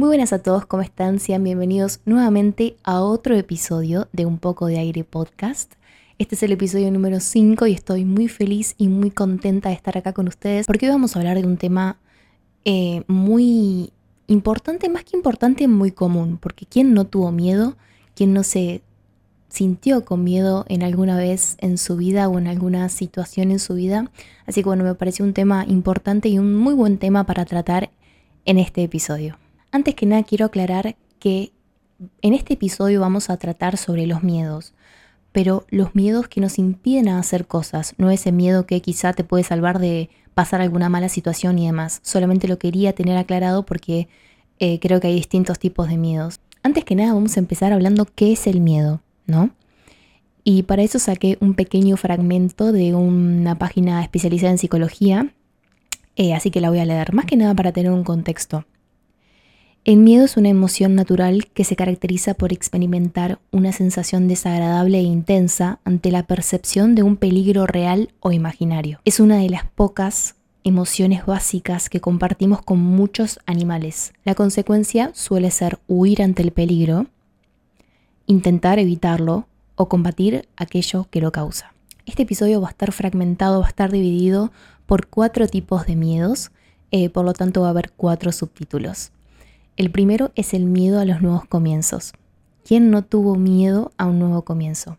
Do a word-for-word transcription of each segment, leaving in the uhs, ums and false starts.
Muy buenas a todos, ¿cómo están? Sean bienvenidos nuevamente a otro episodio de Un Poco de Aire Podcast. Este es el episodio número cinco y estoy muy feliz y muy contenta de estar acá con ustedes porque hoy vamos a hablar de un tema eh, muy importante, más que importante, muy común. Porque ¿quién no tuvo miedo? ¿Quién no se sintió con miedo en alguna vez en su vida o en alguna situación en su vida? Así que bueno, me pareció un tema importante y un muy buen tema para tratar en este episodio. Antes que nada quiero aclarar que en este episodio vamos a tratar sobre los miedos, pero los miedos que nos impiden hacer cosas, no ese miedo que quizá te puede salvar de pasar alguna mala situación y demás. Solamente lo quería tener aclarado porque eh, creo que hay distintos tipos de miedos. Antes que nada vamos a empezar hablando qué es el miedo, ¿no? Y para eso saqué un pequeño fragmento de una página especializada en psicología, eh, así que la voy a leer, más que nada para tener un contexto. El miedo es una emoción natural que se caracteriza por experimentar una sensación desagradable e intensa ante la percepción de un peligro real o imaginario. Es una de las pocas emociones básicas que compartimos con muchos animales. La consecuencia suele ser huir ante el peligro, intentar evitarlo o combatir aquello que lo causa. Este episodio va a estar fragmentado, va a estar dividido por cuatro tipos de miedos, eh, por lo tanto va a haber cuatro subtítulos. El primero es el miedo a los nuevos comienzos. ¿Quién no tuvo miedo a un nuevo comienzo?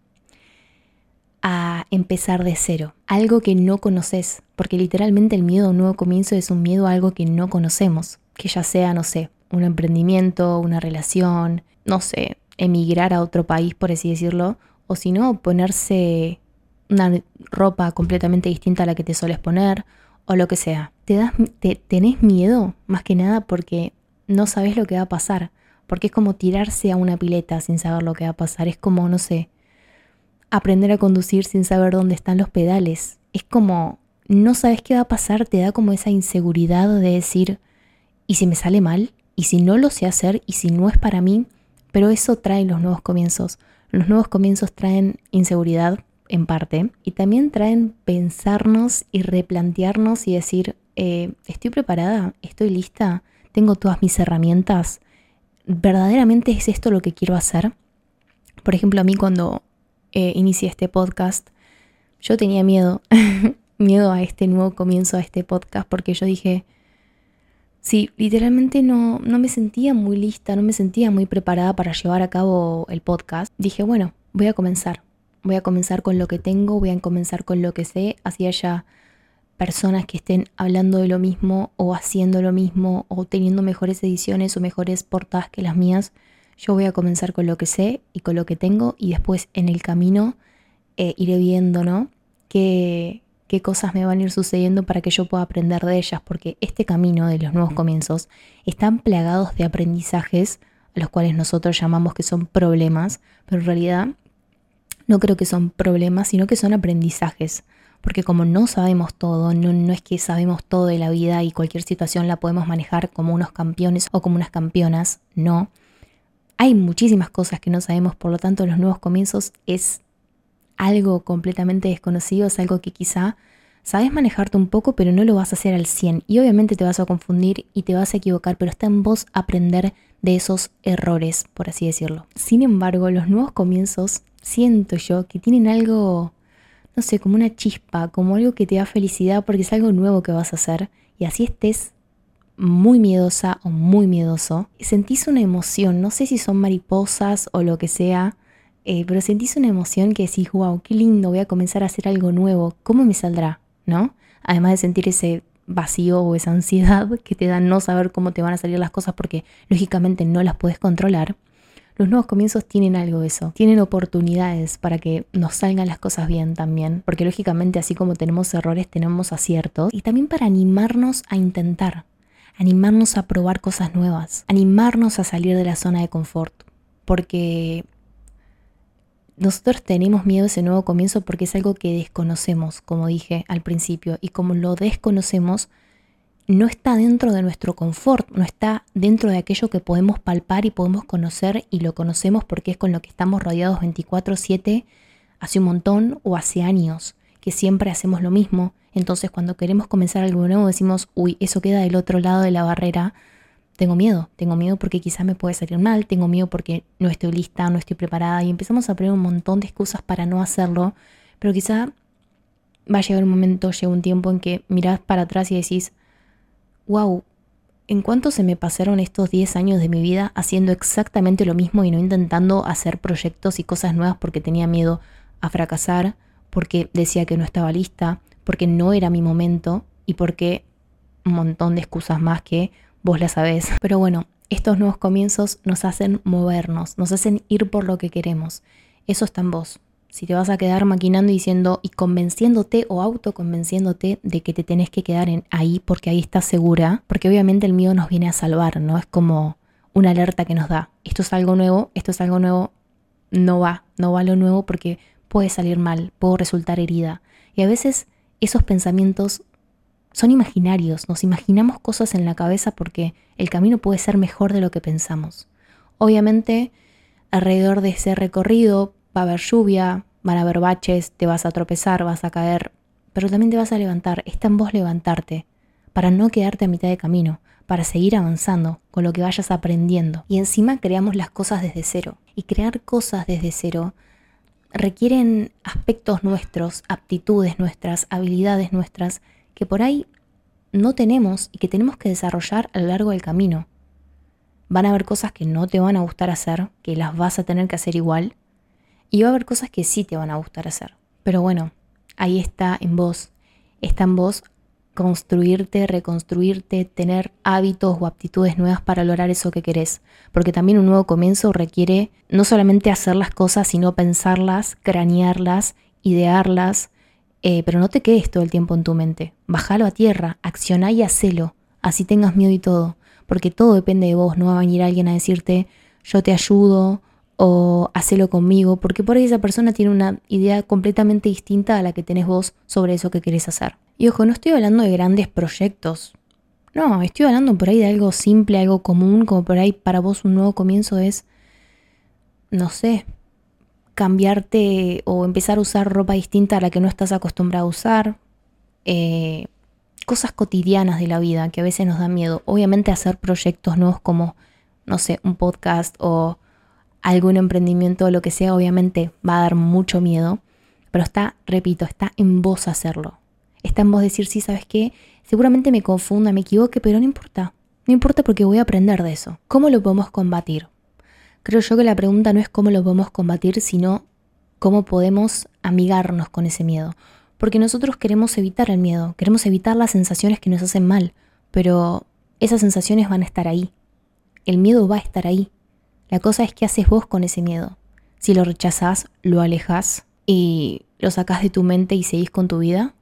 A empezar de cero, algo que no conoces, porque literalmente el miedo a un nuevo comienzo es un miedo a algo que no conocemos, que ya sea, no sé, un emprendimiento, una relación, no sé, emigrar a otro país, por así decirlo, o si no, ponerse una ropa completamente distinta a la que te sueles poner, o lo que sea. ¿Te das, te, tenés miedo? Más que nada porque no sabes lo que va a pasar, porque es como tirarse a una pileta sin saber lo que va a pasar, es como, no sé, aprender a conducir sin saber dónde están los pedales, es como, no sabes qué va a pasar, te da como esa inseguridad de decir, ¿y si me sale mal? ¿Y si no lo sé hacer? ¿Y si no es para mí? Pero eso trae los nuevos comienzos, los nuevos comienzos traen inseguridad en parte, y también traen pensarnos y replantearnos y decir, eh, ¿estoy preparada? ¿Estoy lista? ¿Tengo todas mis herramientas? ¿Verdaderamente es esto lo que quiero hacer? Por ejemplo, a mí cuando eh, inicié este podcast, yo tenía miedo, miedo a este nuevo comienzo, a este podcast, porque yo dije, sí, literalmente no, no me sentía muy lista, no me sentía muy preparada para llevar a cabo el podcast. Dije, bueno, voy a comenzar, voy a comenzar con lo que tengo, voy a comenzar con lo que sé, así haya personas que estén hablando de lo mismo o haciendo lo mismo o teniendo mejores ediciones o mejores portadas que las mías. Yo voy a comenzar con lo que sé y con lo que tengo y después en el camino eh, iré viendo, ¿no? Qué, qué cosas me van a ir sucediendo para que yo pueda aprender de ellas, porque este camino de los nuevos comienzos están plagados de aprendizajes a los cuales nosotros llamamos que son problemas, pero en realidad no creo que son problemas, sino que son aprendizajes. Porque como no sabemos todo, no, no es que sabemos todo de la vida y cualquier situación la podemos manejar como unos campeones o como unas campeonas, no. Hay muchísimas cosas que no sabemos, por lo tanto los nuevos comienzos es algo completamente desconocido, es algo que quizá sabes manejarte un poco, pero no lo vas a hacer al cien. Y obviamente te vas a confundir y te vas a equivocar, pero está en vos aprender de esos errores, por así decirlo. Sin embargo, los nuevos comienzos, siento yo, que tienen algo, no sé, como una chispa, como algo que te da felicidad porque es algo nuevo que vas a hacer. Y así estés muy miedosa o muy miedoso, sentís una emoción, no sé si son mariposas o lo que sea, eh, pero sentís una emoción que decís, wow, qué lindo, voy a comenzar a hacer algo nuevo, ¿cómo me saldrá? ¿No? Además de sentir ese vacío o esa ansiedad que te da no saber cómo te van a salir las cosas porque lógicamente no las puedes controlar. Los nuevos comienzos tienen algo de eso, tienen oportunidades para que nos salgan las cosas bien también, porque lógicamente así como tenemos errores, tenemos aciertos, y también para animarnos a intentar, animarnos a probar cosas nuevas, animarnos a salir de la zona de confort, porque nosotros tenemos miedo a ese nuevo comienzo porque es algo que desconocemos, como dije al principio, y como lo desconocemos, no está dentro de nuestro confort, no está dentro de aquello que podemos palpar y podemos conocer y lo conocemos porque es con lo que estamos rodeados veinticuatro siete hace un montón o hace años, que siempre hacemos lo mismo. Entonces cuando queremos comenzar algo nuevo decimos, uy, eso queda del otro lado de la barrera tengo miedo, tengo miedo porque quizás me puede salir mal, tengo miedo porque no estoy lista, no estoy preparada y empezamos a poner un montón de excusas para no hacerlo, pero quizá va a llegar un momento, llega un tiempo en que mirás para atrás y decís, wow, ¿en cuánto se me pasaron estos diez años de mi vida haciendo exactamente lo mismo y no intentando hacer proyectos y cosas nuevas porque tenía miedo a fracasar, porque decía que no estaba lista, porque no era mi momento y porque un montón de excusas más que vos las sabés? Pero bueno, estos nuevos comienzos nos hacen movernos, nos hacen ir por lo que queremos. Eso está en vos. Si te vas a quedar maquinando y diciendo y convenciéndote o autoconvenciéndote de que te tenés que quedar en ahí porque ahí estás segura, porque obviamente el miedo nos viene a salvar, ¿no? Es como una alerta que nos da. Esto es algo nuevo, esto es algo nuevo, no va, no va lo nuevo porque puede salir mal, puedo resultar herida. Y a veces esos pensamientos son imaginarios, nos imaginamos cosas en la cabeza porque el camino puede ser mejor de lo que pensamos. Obviamente, alrededor de ese recorrido va a haber lluvia, van a haber baches, te vas a tropezar, vas a caer, pero también te vas a levantar. Está en vos levantarte, para no quedarte a mitad de camino, para seguir avanzando con lo que vayas aprendiendo. Y encima creamos las cosas desde cero. Y crear cosas desde cero requieren aspectos nuestros, aptitudes nuestras, habilidades nuestras, que por ahí no tenemos y que tenemos que desarrollar a lo largo del camino. Van a haber cosas que no te van a gustar hacer, que las vas a tener que hacer igual, y va a haber cosas que sí te van a gustar hacer. Pero bueno, ahí está en vos. Está en vos construirte, reconstruirte, tener hábitos o aptitudes nuevas para lograr eso que querés. Porque también un nuevo comienzo requiere no solamente hacer las cosas, sino pensarlas, cranearlas, idearlas. Eh, pero no te quedes todo el tiempo en tu mente. Bájalo a tierra, accioná y hacelo. Así tengas miedo y todo. Porque todo depende de vos. No va a venir alguien a decirte, yo te ayudo, o hacelo conmigo, porque por ahí esa persona tiene una idea completamente distinta a la que tenés vos sobre eso que querés hacer. Y ojo, no estoy hablando de grandes proyectos. No, estoy hablando por ahí de algo simple, algo común, como por ahí para vos un nuevo comienzo es, no sé, cambiarte o empezar a usar ropa distinta a la que no estás acostumbrado a usar. Eh, cosas cotidianas de la vida que a veces nos dan miedo. Obviamente hacer proyectos nuevos como, no sé, un podcast o algún emprendimiento o lo que sea, obviamente va a dar mucho miedo, pero está, repito, está en vos hacerlo. Está en vos decir, sí, ¿sabes qué? Seguramente me confunda, me equivoque, pero no importa. No importa porque voy a aprender de eso. ¿Cómo lo podemos combatir? Creo yo que la pregunta no es cómo lo podemos combatir, sino cómo podemos amigarnos con ese miedo. Porque nosotros queremos evitar el miedo, queremos evitar las sensaciones que nos hacen mal, pero esas sensaciones van a estar ahí. El miedo va a estar ahí. La cosa es qué haces vos con ese miedo. Si lo rechazás, lo alejás y lo sacás de tu mente y seguís con tu vida.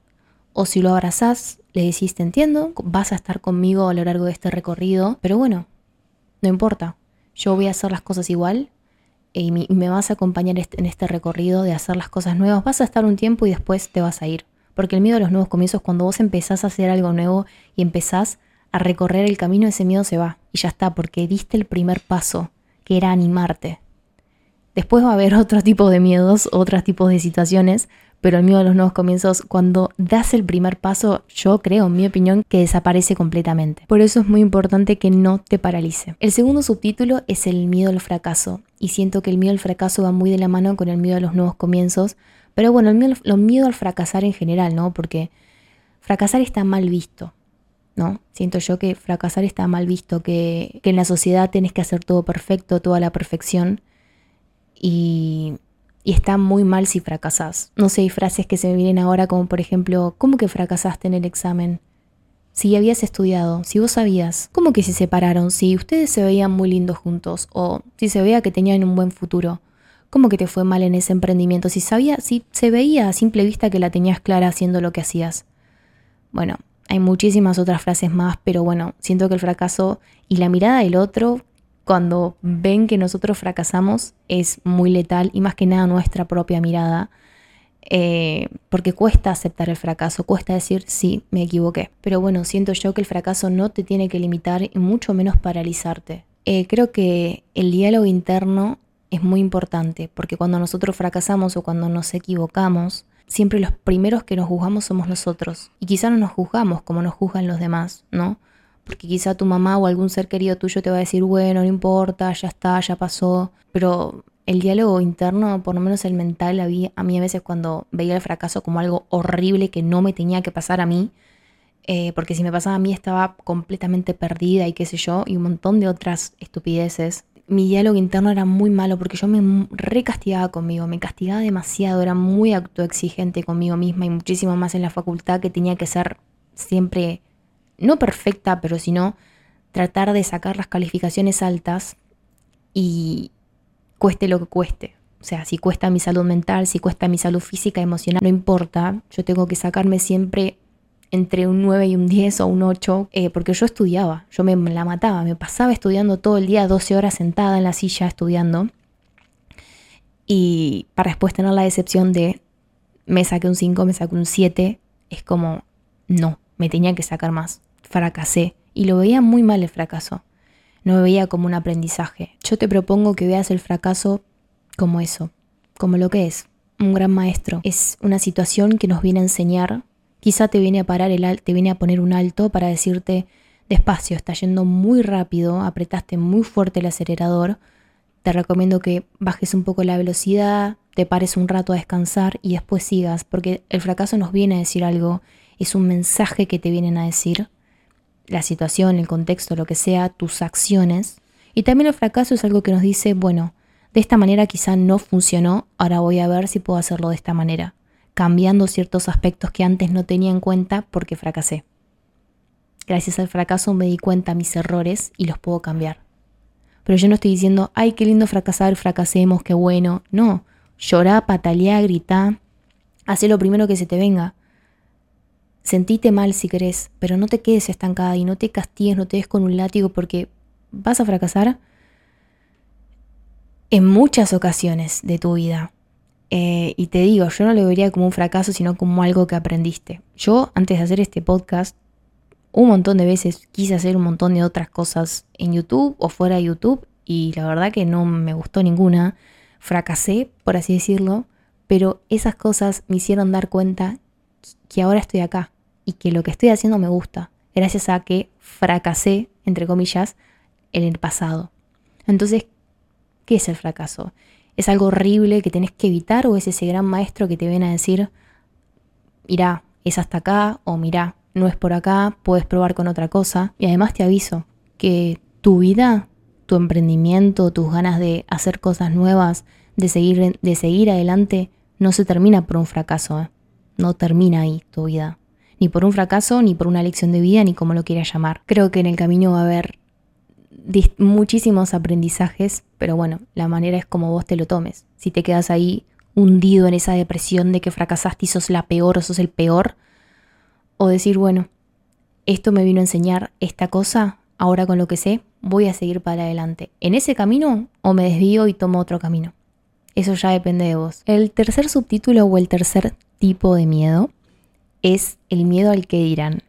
O si lo abrazás, le decís, te entiendo, vas a estar conmigo a lo largo de este recorrido, pero bueno, no importa. Yo voy a hacer las cosas igual y me vas a acompañar en este recorrido de hacer las cosas nuevas. Vas a estar un tiempo y después te vas a ir. Porque el miedo a los nuevos comienzos, cuando vos empezás a hacer algo nuevo y empezás a recorrer el camino, ese miedo se va y ya está, porque diste el primer paso, que era animarte. Después va a haber otro tipo de miedos, otros tipos de situaciones, pero el miedo a los nuevos comienzos, cuando das el primer paso, yo creo, en mi opinión, que desaparece completamente. Por eso es muy importante que no te paralice. El segundo subtítulo es el miedo al fracaso, y siento que el miedo al fracaso va muy de la mano con el miedo a los nuevos comienzos, pero bueno, el miedo, el miedo al fracasar en general, ¿no? Porque fracasar está mal visto, ¿no? Siento yo que fracasar está mal visto, que, que en la sociedad tenés que hacer todo perfecto, toda la perfección, y, y está muy mal si fracasás. No sé, hay frases que se me vienen ahora como por ejemplo, ¿cómo que fracasaste en el examen? Si habías estudiado, si vos sabías, ¿cómo que se separaron? Si ustedes se veían muy lindos juntos, o si se veía que tenían un buen futuro, ¿cómo que te fue mal en ese emprendimiento? Si sabía, si se veía a simple vista que la tenías clara haciendo lo que hacías. Bueno, hay muchísimas otras frases más, pero bueno, siento que el fracaso y la mirada del otro, cuando ven que nosotros fracasamos, es muy letal, y más que nada nuestra propia mirada, eh, porque cuesta aceptar el fracaso, cuesta decir, sí, me equivoqué. Pero bueno, siento yo que el fracaso no te tiene que limitar y mucho menos paralizarte. Eh, creo que el diálogo interno es muy importante, porque cuando nosotros fracasamos o cuando nos equivocamos, siempre los primeros que nos juzgamos somos nosotros. Y quizá no nos juzgamos como nos juzgan los demás, ¿no? porque quizá tu mamá o algún ser querido tuyo te va a decir, bueno, no importa, ya está, ya pasó, pero el diálogo interno, por lo menos el mental, a mí a veces cuando veía el fracaso como algo horrible que no me tenía que pasar a mí, eh, porque si me pasaba a mí estaba completamente perdida y qué sé yo, y un montón de otras estupideces. Mi diálogo interno era muy malo porque yo me recastigaba conmigo, me castigaba demasiado, era muy autoexigente conmigo misma y muchísimo más en la facultad, que tenía que ser siempre, no perfecta, pero sino tratar de sacar las calificaciones altas y cueste lo que cueste. O sea, si cuesta mi salud mental, si cuesta mi salud física, emocional, no importa, yo tengo que sacarme siempre entre un nueve y un diez o un ocho, eh, porque yo estudiaba, yo me la mataba, me pasaba estudiando todo el día, doce horas sentada en la silla estudiando, y para después tener la decepción de me saqué un cinco, me saqué un siete, es como, no, me tenía que sacar más, fracasé, y lo veía muy mal el fracaso, no me veía como un aprendizaje. Yo te propongo que veas el fracaso como eso, como lo que es, un gran maestro, es una situación que nos viene a enseñar. Quizá te viene a parar el al- te viene a poner un alto para decirte, despacio, está yendo muy rápido, apretaste muy fuerte el acelerador, te recomiendo que bajes un poco la velocidad, te pares un rato a descansar y después sigas, porque el fracaso nos viene a decir algo, es un mensaje que te vienen a decir, la situación, el contexto, lo que sea, tus acciones. Y también el fracaso es algo que nos dice, bueno, de esta manera quizá no funcionó, ahora voy a ver si puedo hacerlo de esta manera, cambiando ciertos aspectos que antes no tenía en cuenta porque fracasé. Gracias al fracaso me di cuenta de mis errores y los puedo cambiar. Pero yo no estoy diciendo, ay, qué lindo fracasar, fracasemos, qué bueno. No, llorá, pataleá, gritá, hacé lo primero que se te venga. Sentite mal si querés, pero no te quedes estancada y no te castigues, no te des con un látigo, porque vas a fracasar en muchas ocasiones de tu vida. Eh, y te digo, yo no lo vería como un fracaso, sino como algo que aprendiste. Yo, antes de hacer este podcast, un montón de veces quise hacer un montón de otras cosas en YouTube o fuera de YouTube, y la verdad que no me gustó ninguna. Fracasé, por así decirlo, pero esas cosas me hicieron dar cuenta que ahora estoy acá y que lo que estoy haciendo me gusta, gracias a que fracasé, entre comillas, en el pasado. Entonces, ¿qué es el fracaso? ¿Es algo horrible que tenés que evitar o es ese gran maestro que te viene a decir, mirá, es hasta acá, o mirá, no es por acá, puedes probar con otra cosa? Y además te aviso que tu vida, tu emprendimiento, tus ganas de hacer cosas nuevas, de seguir, de seguir adelante, no se termina por un fracaso, ¿eh? No termina ahí tu vida. Ni por un fracaso, ni por una lección de vida, ni como lo quieras llamar. Creo que en el camino va a haber muchísimos aprendizajes, pero bueno, la manera es como vos te lo tomes. Si te quedas ahí hundido en esa depresión de que fracasaste y sos la peor o sos el peor, o decir, bueno, esto me vino a enseñar esta cosa, ahora con lo que sé, voy a seguir para adelante. En ese camino, o me desvío y tomo otro camino. Eso ya depende de vos. El tercer subtítulo o el tercer tipo de miedo es el miedo al que dirán.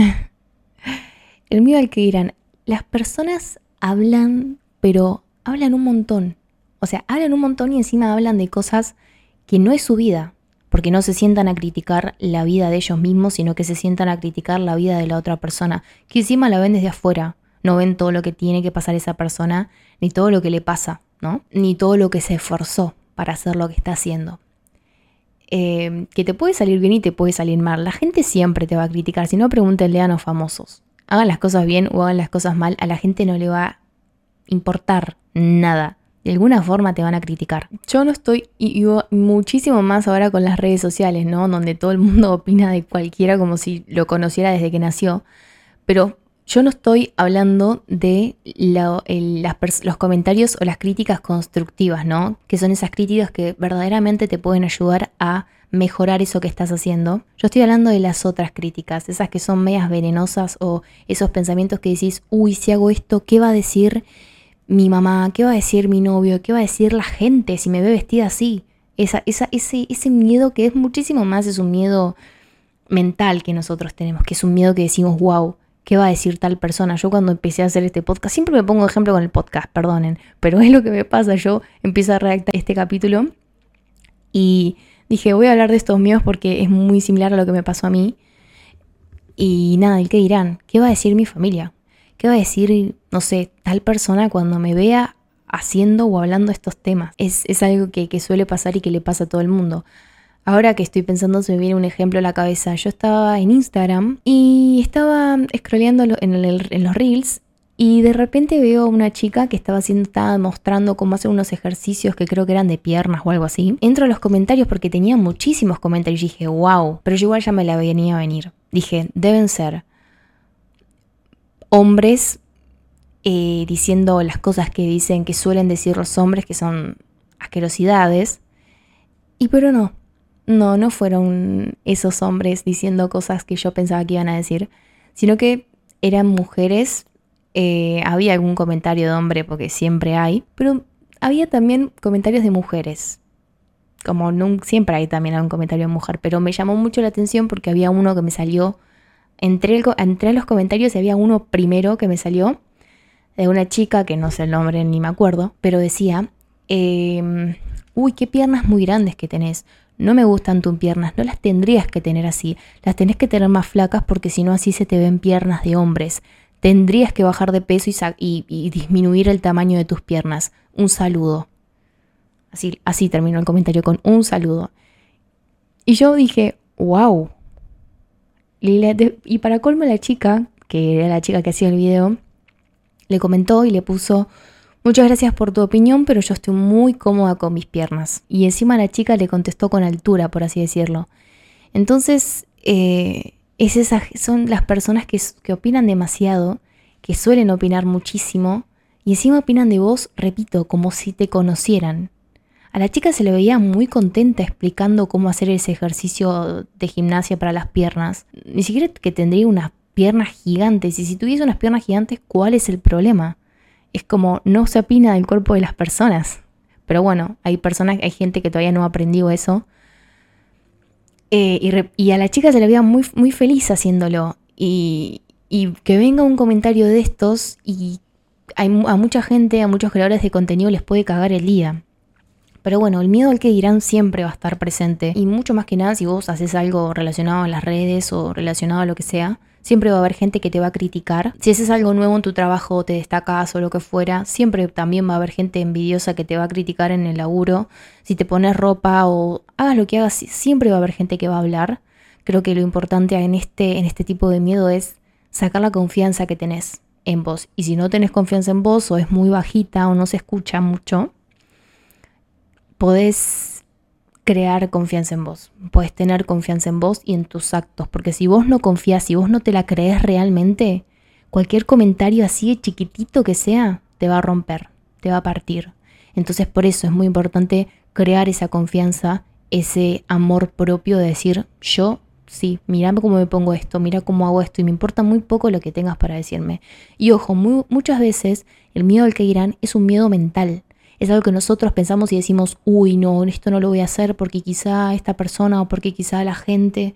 El miedo al que dirán. Las personas hablan, pero hablan un montón. O sea, hablan un montón y encima hablan de cosas que no es su vida. Porque no se sientan a criticar la vida de ellos mismos, sino que se sientan a criticar la vida de la otra persona. Que encima la ven desde afuera. No ven todo lo que tiene que pasar esa persona, ni todo lo que le pasa, ¿no? Ni todo lo que se esforzó para hacer lo que está haciendo. Eh, que te puede salir bien y te puede salir mal. La gente siempre te va a criticar. Si no, pregúntenle a los famosos. Hagan las cosas bien o hagan las cosas mal, a la gente no le va a importar nada. De alguna forma te van a criticar. Yo no estoy, y, y muchísimo más ahora con las redes sociales, ¿no? Donde todo el mundo opina de cualquiera como si lo conociera desde que nació. Pero yo no estoy hablando de la, el, las, los comentarios o las críticas constructivas, ¿no? Que son esas críticas que verdaderamente te pueden ayudar a mejorar eso que estás haciendo. Yo estoy hablando de las otras críticas, esas que son medias venenosas o esos pensamientos que decís, uy, si hago esto, ¿qué va a decir mi mamá? ¿Qué va a decir mi novio? ¿Qué va a decir la gente si me ve vestida así? Esa, esa, ese, ese miedo que es muchísimo más, es un miedo mental que nosotros tenemos, que es un miedo que decimos, wow, ¿qué va a decir tal persona? Yo cuando empecé a hacer este podcast, siempre me pongo ejemplo con el podcast, perdonen, pero es lo que me pasa. Yo empiezo a redactar este capítulo y dije, voy a hablar de estos miedos porque es muy similar a lo que me pasó a mí. Y nada, ¿el qué dirán? ¿Qué va a decir mi familia? ¿Qué va a decir, no sé, tal persona cuando me vea haciendo o hablando de estos temas? Es, es algo que, que suele pasar y que le pasa a todo el mundo. Ahora que estoy pensando, se me viene un ejemplo a la cabeza. Yo estaba en Instagram y estaba scrolleando en, el, en los Reels y de repente veo a una chica que estaba haciendo, estaba mostrando cómo hacer unos ejercicios que creo que eran de piernas o algo así. Entro a los comentarios porque tenía muchísimos comentarios y dije, wow, pero yo igual ya me la venía a venir. Dije, deben ser hombres eh, diciendo las cosas que dicen, que suelen decir los hombres, que son asquerosidades. Y pero no. No, no fueron esos hombres diciendo cosas que yo pensaba que iban a decir, sino que eran mujeres. Eh, había algún comentario de hombre, porque siempre hay, pero había también comentarios de mujeres. Como no, siempre hay también algún comentario de mujer, pero me llamó mucho la atención porque había uno que me salió, entré, el, entré a los comentarios y había uno primero que me salió, de una chica, que no sé el nombre ni me acuerdo, pero decía, eh, uy, qué piernas muy grandes que tenés. No me gustan tus piernas, no las tendrías que tener así, las tenés que tener más flacas porque si no así se te ven piernas de hombres. Tendrías que bajar de peso y, y, y disminuir el tamaño de tus piernas. Un saludo. Así, así terminó el comentario, con un saludo. Y yo dije, wow. Y, la, y para colmo la chica, que era la chica que hacía el video, le comentó y le puso... Muchas gracias por tu opinión, pero yo estoy muy cómoda con mis piernas. Y encima la chica le contestó con altura, por así decirlo. Entonces, eh, es esa, son las personas que, que opinan demasiado, que suelen opinar muchísimo, y encima opinan de vos, repito, como si te conocieran. A la chica se le veía muy contenta explicando cómo hacer ese ejercicio de gimnasia para las piernas. Ni siquiera que tendría unas piernas gigantes. Y si tuviese unas piernas gigantes, ¿cuál es el problema? Es como no se opina del cuerpo de las personas. Pero bueno, hay personas, hay gente que todavía no ha aprendido eso. Eh, y, re, y a la chica se le veía muy, muy feliz haciéndolo. Y, y que venga un comentario de estos y hay, a mucha gente, a muchos creadores de contenido les puede cagar el día. Pero bueno, el miedo al que dirán siempre va a estar presente. Y mucho más que nada si vos haces algo relacionado a las redes o relacionado a lo que sea, siempre va a haber gente que te va a criticar. Si haces algo nuevo en tu trabajo, te destacas o lo que fuera, siempre también va a haber gente envidiosa que te va a criticar en el laburo. Si te pones ropa o hagas lo que hagas, siempre va a haber gente que va a hablar. Creo que lo importante en este, en este tipo de miedo es sacar la confianza que tenés en vos. Y si no tenés confianza en vos o es muy bajita o no se escucha mucho, podés crear confianza en vos, podés tener confianza en vos y en tus actos, porque si vos no confías, si vos no te la crees realmente, cualquier comentario así de chiquitito que sea, te va a romper, te va a partir. Entonces por eso es muy importante crear esa confianza, ese amor propio de decir, yo sí, mira cómo me pongo esto, mira cómo hago esto y me importa muy poco lo que tengas para decirme. Y ojo, muy, muchas veces el miedo al que dirán es un miedo mental. Es algo que nosotros pensamos y decimos, uy, no, esto no lo voy a hacer porque quizá esta persona o porque quizá la gente...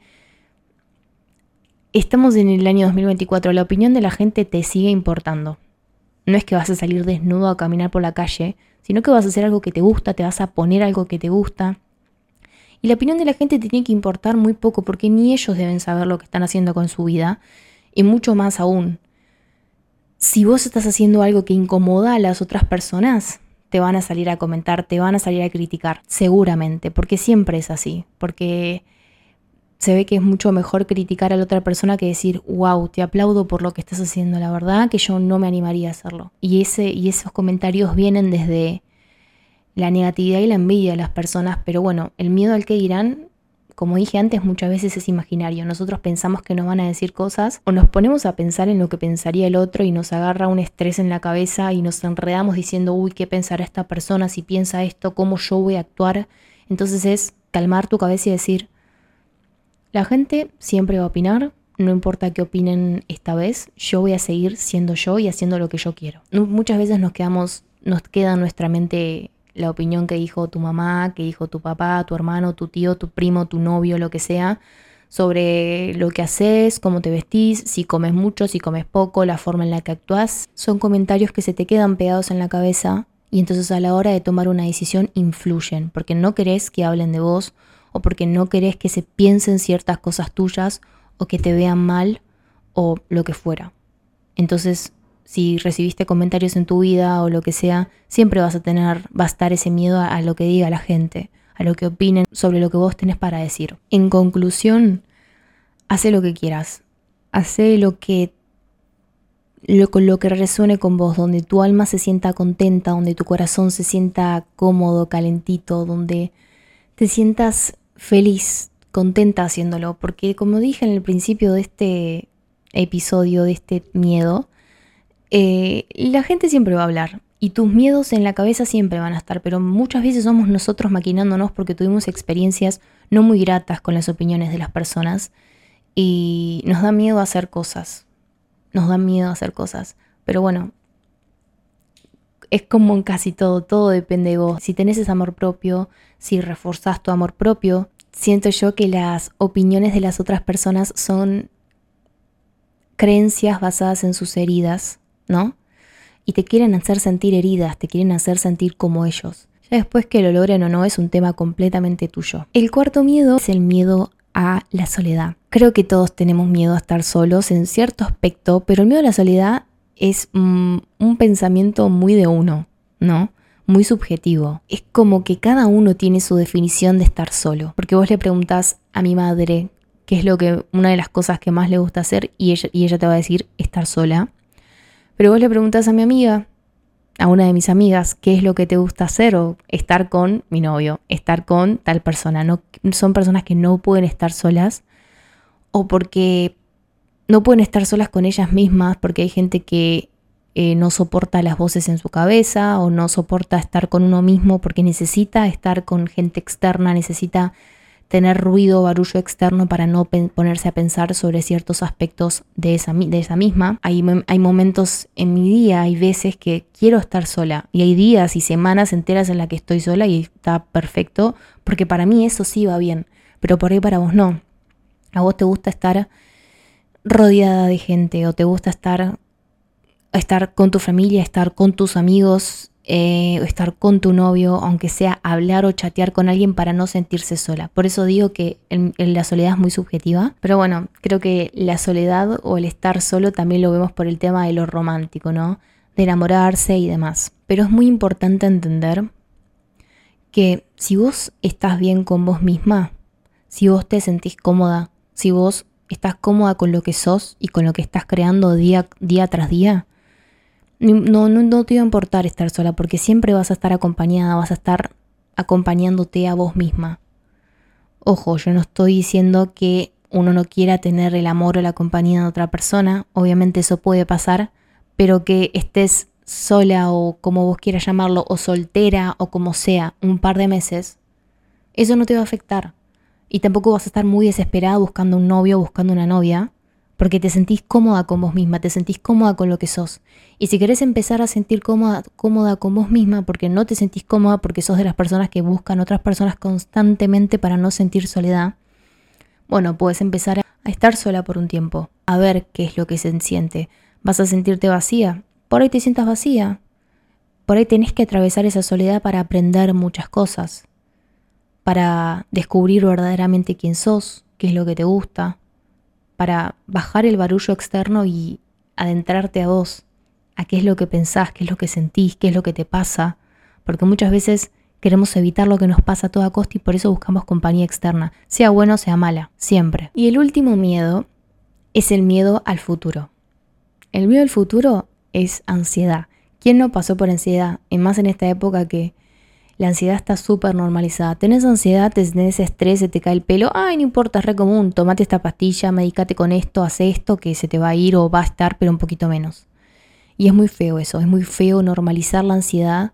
Estamos en el año dos mil veinticuatro, la opinión de la gente te sigue importando. No es que vas a salir desnudo a caminar por la calle, sino que vas a hacer algo que te gusta, te vas a poner algo que te gusta. Y la opinión de la gente te tiene que importar muy poco porque ni ellos deben saber lo que están haciendo con su vida. Y mucho más aún, si vos estás haciendo algo que incomoda a las otras personas, te van a salir a comentar, te van a salir a criticar, seguramente, porque siempre es así, porque se ve que es mucho mejor criticar a la otra persona que decir, wow, te aplaudo por lo que estás haciendo, la verdad que yo no me animaría a hacerlo. Y, ese, y esos comentarios vienen desde la negatividad y la envidia de las personas, pero bueno, el miedo al que dirán, como dije antes, muchas veces es imaginario. Nosotros pensamos que nos van a decir cosas o nos ponemos a pensar en lo que pensaría el otro y nos agarra un estrés en la cabeza y nos enredamos diciendo, uy, ¿qué pensará esta persona si piensa esto? ¿Cómo yo voy a actuar? Entonces es calmar tu cabeza y decir, la gente siempre va a opinar, no importa qué opinen esta vez, yo voy a seguir siendo yo y haciendo lo que yo quiero. Muchas veces nos quedamos, nos queda en nuestra mente la opinión que dijo tu mamá, que dijo tu papá, tu hermano, tu tío, tu primo, tu novio, lo que sea, sobre lo que haces, cómo te vestís, si comes mucho, si comes poco, la forma en la que actúas. Son comentarios que se te quedan pegados en la cabeza y entonces a la hora de tomar una decisión influyen, porque no querés que hablen de vos o porque no querés que se piensen ciertas cosas tuyas o que te vean mal o lo que fuera. Entonces si recibiste comentarios en tu vida o lo que sea, siempre vas a tener, va a estar ese miedo a, a lo que diga la gente, a lo que opinen sobre lo que vos tenés para decir. En conclusión, hace lo que quieras, hace lo que, lo, lo que resuene con vos, donde tu alma se sienta contenta, donde tu corazón se sienta cómodo, calentito, donde te sientas feliz, contenta haciéndolo, porque como dije en el principio de este episodio, de este miedo, eh, la gente siempre va a hablar y tus miedos en la cabeza siempre van a estar, pero muchas veces somos nosotros maquinándonos porque tuvimos experiencias no muy gratas con las opiniones de las personas y nos da miedo a hacer cosas, nos da miedo a hacer cosas, pero bueno, es como en casi todo, todo depende de vos. Si tenés ese amor propio, si reforzás tu amor propio, siento yo que las opiniones de las otras personas son creencias basadas en sus heridas, ¿no? Y te quieren hacer sentir heridas, te quieren hacer sentir como ellos. Ya después que lo logren o no es un tema completamente tuyo. El cuarto miedo es el miedo a la soledad. Creo que todos tenemos miedo a estar solos en cierto aspecto, pero el miedo a la soledad es mm, un pensamiento muy de uno, ¿no? Muy subjetivo. Es como que cada uno tiene su definición de estar solo. Porque vos le preguntás a mi madre qué es lo que, una de las cosas que más le gusta hacer y ella, y ella te va a decir estar sola. Pero vos le preguntás a mi amiga, a una de mis amigas, qué es lo que te gusta hacer o estar con mi novio, estar con tal persona. No, son personas que no pueden estar solas o porque no pueden estar solas con ellas mismas porque hay gente que eh, no soporta las voces en su cabeza o no soporta estar con uno mismo porque necesita estar con gente externa, necesita tener ruido, barullo externo para no pen- ponerse a pensar sobre ciertos aspectos de esa, de esa misma. Hay, hay momentos en mi día, hay veces que quiero estar sola y hay días y semanas enteras en las que estoy sola y está perfecto porque para mí eso sí va bien, pero por ahí para vos no. A vos te gusta estar rodeada de gente o te gusta estar, estar con tu familia, estar con tus amigos, Eh, estar con tu novio, aunque sea hablar o chatear con alguien para no sentirse sola. Por eso digo que el, el, la soledad es muy subjetiva, pero bueno, creo que la soledad o el estar solo también lo vemos por el tema de lo romántico, ¿no? De enamorarse y demás. Pero es muy importante entender que si vos estás bien con vos misma, si vos te sentís cómoda, si vos estás cómoda con lo que sos y con lo que estás creando día, día tras día, No, no, no te va a importar estar sola porque siempre vas a estar acompañada, vas a estar acompañándote a vos misma. Ojo, yo no estoy diciendo que uno no quiera tener el amor o la compañía de otra persona, obviamente eso puede pasar, pero que estés sola o como vos quieras llamarlo, o soltera o como sea, un par de meses, eso no te va a afectar. Y tampoco vas a estar muy desesperada buscando un novio o buscando una novia, porque te sentís cómoda con vos misma, te sentís cómoda con lo que sos. Y si querés empezar a sentir cómoda, cómoda con vos misma porque no te sentís cómoda, porque sos de las personas que buscan otras personas constantemente para no sentir soledad, bueno, puedes empezar a estar sola por un tiempo, a ver qué es lo que se siente. ¿Vas a sentirte vacía? Por ahí te sientas vacía. Por ahí tenés que atravesar esa soledad para aprender muchas cosas, para descubrir verdaderamente quién sos, qué es lo que te gusta, para bajar el barullo externo y adentrarte a vos, a qué es lo que pensás, qué es lo que sentís, qué es lo que te pasa, porque muchas veces queremos evitar lo que nos pasa a toda costa y por eso buscamos compañía externa, sea buena o sea mala, siempre. Y el último miedo es el miedo al futuro. El miedo al futuro es ansiedad. ¿Quién no pasó por ansiedad? Y más en esta época que la ansiedad está súper normalizada. Tenés ansiedad, tenés estrés, se te cae el pelo. Ay, no importa, es re común. Tomate esta pastilla, medicate con esto, haz esto, que se te va a ir o va a estar, pero un poquito menos. Y es muy feo eso, es muy feo normalizar la ansiedad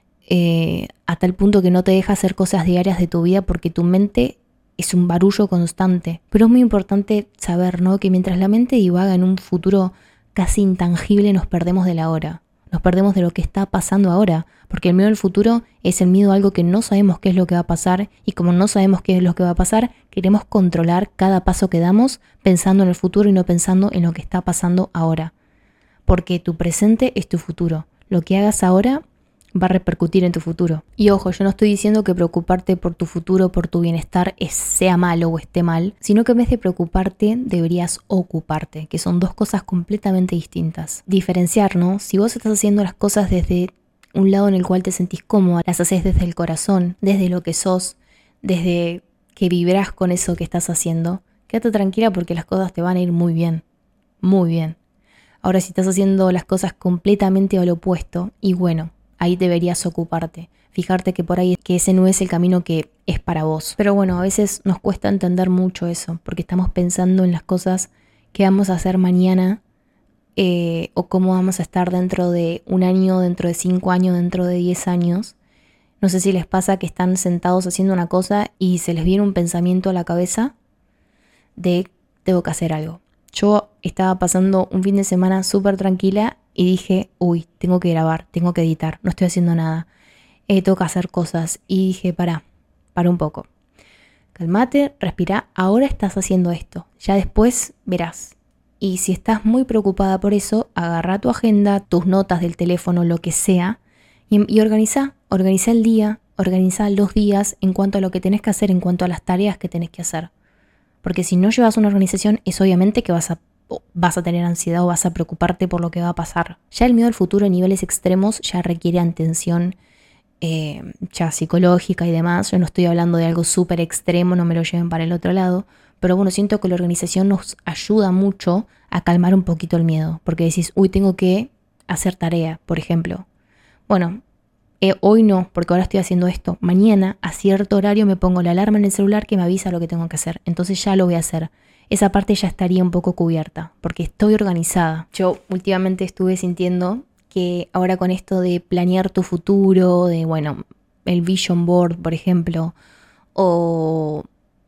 eh, a tal punto que no te deja hacer cosas diarias de tu vida porque tu mente es un barullo constante. Pero es muy importante saber, ¿no?, que mientras la mente divaga en un futuro casi intangible, nos perdemos de la hora. Nos perdemos de lo que está pasando ahora, porque el miedo al futuro es el miedo a algo que no sabemos qué es lo que va a pasar, y como no sabemos qué es lo que va a pasar, queremos controlar cada paso que damos pensando en el futuro y no pensando en lo que está pasando ahora. Porque tu presente es tu futuro. Lo que hagas ahora va a repercutir en tu futuro. Y ojo, yo no estoy diciendo que preocuparte por tu futuro, por tu bienestar, es, sea malo o esté mal, sino que en vez de preocuparte, deberías ocuparte, que son dos cosas completamente distintas. Diferenciar, ¿no? Si vos estás haciendo las cosas desde un lado en el cual te sentís cómoda, las haces desde el corazón, desde lo que sos, desde que vibrás con eso que estás haciendo, quédate tranquila porque las cosas te van a ir muy bien, muy bien. Ahora, si estás haciendo las cosas completamente al opuesto, y bueno, ahí deberías ocuparte, fijarte que por ahí que ese no es el camino que es para vos. Pero bueno, a veces nos cuesta entender mucho eso, porque estamos pensando en las cosas que vamos a hacer mañana eh, o cómo vamos a estar dentro de un año, dentro de cinco años, dentro de diez años. No sé si les pasa que están sentados haciendo una cosa y se les viene un pensamiento a la cabeza de tengo que hacer algo. Yo estaba pasando un fin de semana súper tranquila y dije, uy, tengo que grabar, tengo que editar, no estoy haciendo nada, eh, tengo que hacer cosas. Y dije, pará, para un poco, calmate, respira, ahora estás haciendo esto, ya después verás. Y si estás muy preocupada por eso, agarra tu agenda, tus notas del teléfono, lo que sea, y, y organiza, organiza el día, organiza los días en cuanto a lo que tenés que hacer, en cuanto a las tareas que tenés que hacer. Porque si no llevas una organización, es obviamente que vas a, vas a tener ansiedad o vas a preocuparte por lo que va a pasar. Ya el miedo al futuro en niveles extremos ya requiere atención eh, ya psicológica y demás. Yo no estoy hablando de algo súper extremo, no me lo lleven para el otro lado. Pero bueno, siento que la organización nos ayuda mucho a calmar un poquito el miedo. Porque decís, uy, tengo que hacer tarea, por ejemplo. Bueno, Eh, hoy no, porque ahora estoy haciendo esto. Mañana a cierto horario me pongo la alarma en el celular que me avisa lo que tengo que hacer. Entonces ya lo voy a hacer. Esa parte ya estaría un poco cubierta, porque estoy organizada. Yo últimamente estuve sintiendo que ahora con esto de planear tu futuro, de bueno, el vision board, por ejemplo, o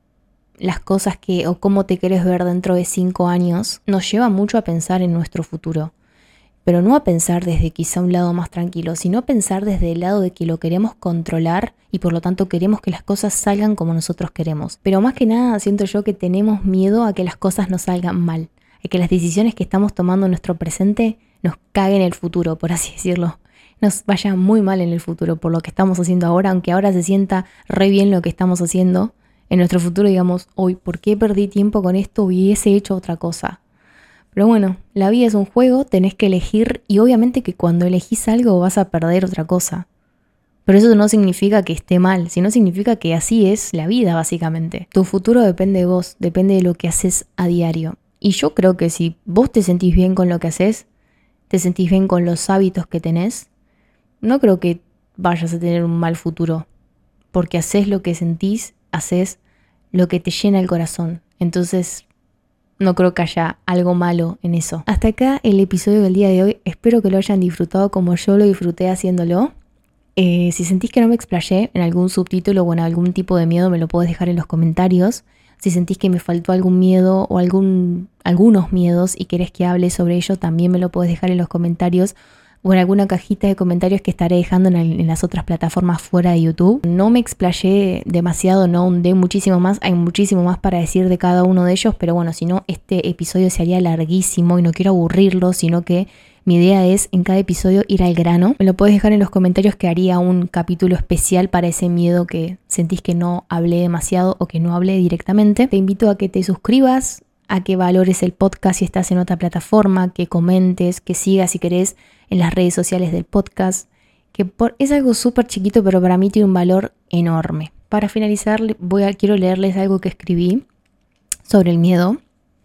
las cosas que, o cómo te querés ver dentro de cinco años, nos lleva mucho a pensar en nuestro futuro. Pero no a pensar desde quizá un lado más tranquilo, sino a pensar desde el lado de que lo queremos controlar y por lo tanto queremos que las cosas salgan como nosotros queremos. Pero más que nada siento yo que tenemos miedo a que las cosas nos salgan mal, a que las decisiones que estamos tomando en nuestro presente nos caguen el futuro, por así decirlo. Nos vaya muy mal en el futuro por lo que estamos haciendo ahora, aunque ahora se sienta re bien lo que estamos haciendo. En nuestro futuro digamos, hoy, ¿por qué perdí tiempo con esto? Hubiese hecho otra cosa. Pero bueno, la vida es un juego, tenés que elegir y obviamente que cuando elegís algo vas a perder otra cosa. Pero eso no significa que esté mal, sino significa que así es la vida básicamente. Tu futuro depende de vos, depende de lo que haces a diario. Y yo creo que si vos te sentís bien con lo que haces, te sentís bien con los hábitos que tenés, no creo que vayas a tener un mal futuro. Porque haces lo que sentís, haces lo que te llena el corazón. Entonces no creo que haya algo malo en eso. Hasta acá el episodio del día de hoy. Espero que lo hayan disfrutado como yo lo disfruté haciéndolo. Eh, si sentís que no me explayé en algún subtítulo o en algún tipo de miedo, me lo podés dejar en los comentarios. Si sentís que me faltó algún miedo o algún, algunos miedos y querés que hable sobre ello, también me lo podés dejar en los comentarios o en alguna cajita de comentarios que estaré dejando en, el, en las otras plataformas fuera de YouTube. No me explayé demasiado, no hundé muchísimo más, hay muchísimo más para decir de cada uno de ellos, pero bueno, si no, este episodio se haría larguísimo y no quiero aburrirlo, sino que mi idea es en cada episodio ir al grano. Me lo puedes dejar en los comentarios que haría un capítulo especial para ese miedo que sentís que no hablé demasiado o que no hablé directamente. Te invito a que te suscribas, a que valores el podcast si estás en otra plataforma, que comentes, que sigas si querés en las redes sociales del podcast, que por, es algo súper chiquito pero para mí tiene un valor enorme. Para finalizar, voy a, quiero leerles algo que escribí sobre el miedo,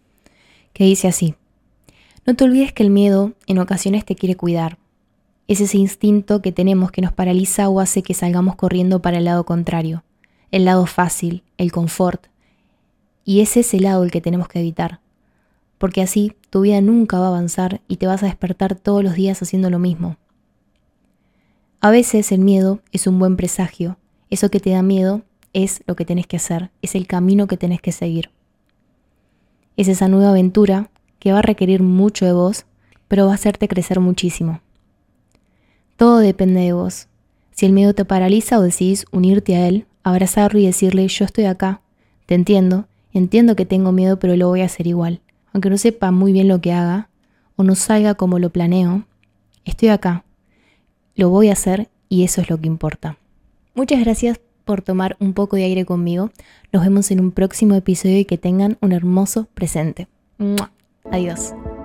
que dice así: no te olvides que el miedo en ocasiones te quiere cuidar. Es ese instinto que tenemos que nos paraliza o hace que salgamos corriendo para el lado contrario, el lado fácil, el confort. Y ese es el lado el que tenemos que evitar, porque así tu vida nunca va a avanzar y te vas a despertar todos los días haciendo lo mismo. A veces el miedo es un buen presagio, eso que te da miedo es lo que tenés que hacer, es el camino que tenés que seguir. Es esa nueva aventura que va a requerir mucho de vos, pero va a hacerte crecer muchísimo. Todo depende de vos. Si el miedo te paraliza o decidís unirte a él, abrazarlo y decirle yo estoy acá, te entiendo, entiendo que tengo miedo pero lo voy a hacer igual. Aunque no sepa muy bien lo que haga o no salga como lo planeo, estoy acá, lo voy a hacer y eso es lo que importa. Muchas gracias por tomar un poco de aire conmigo. Nos vemos en un próximo episodio y que tengan un hermoso presente. ¡Mua! Adiós.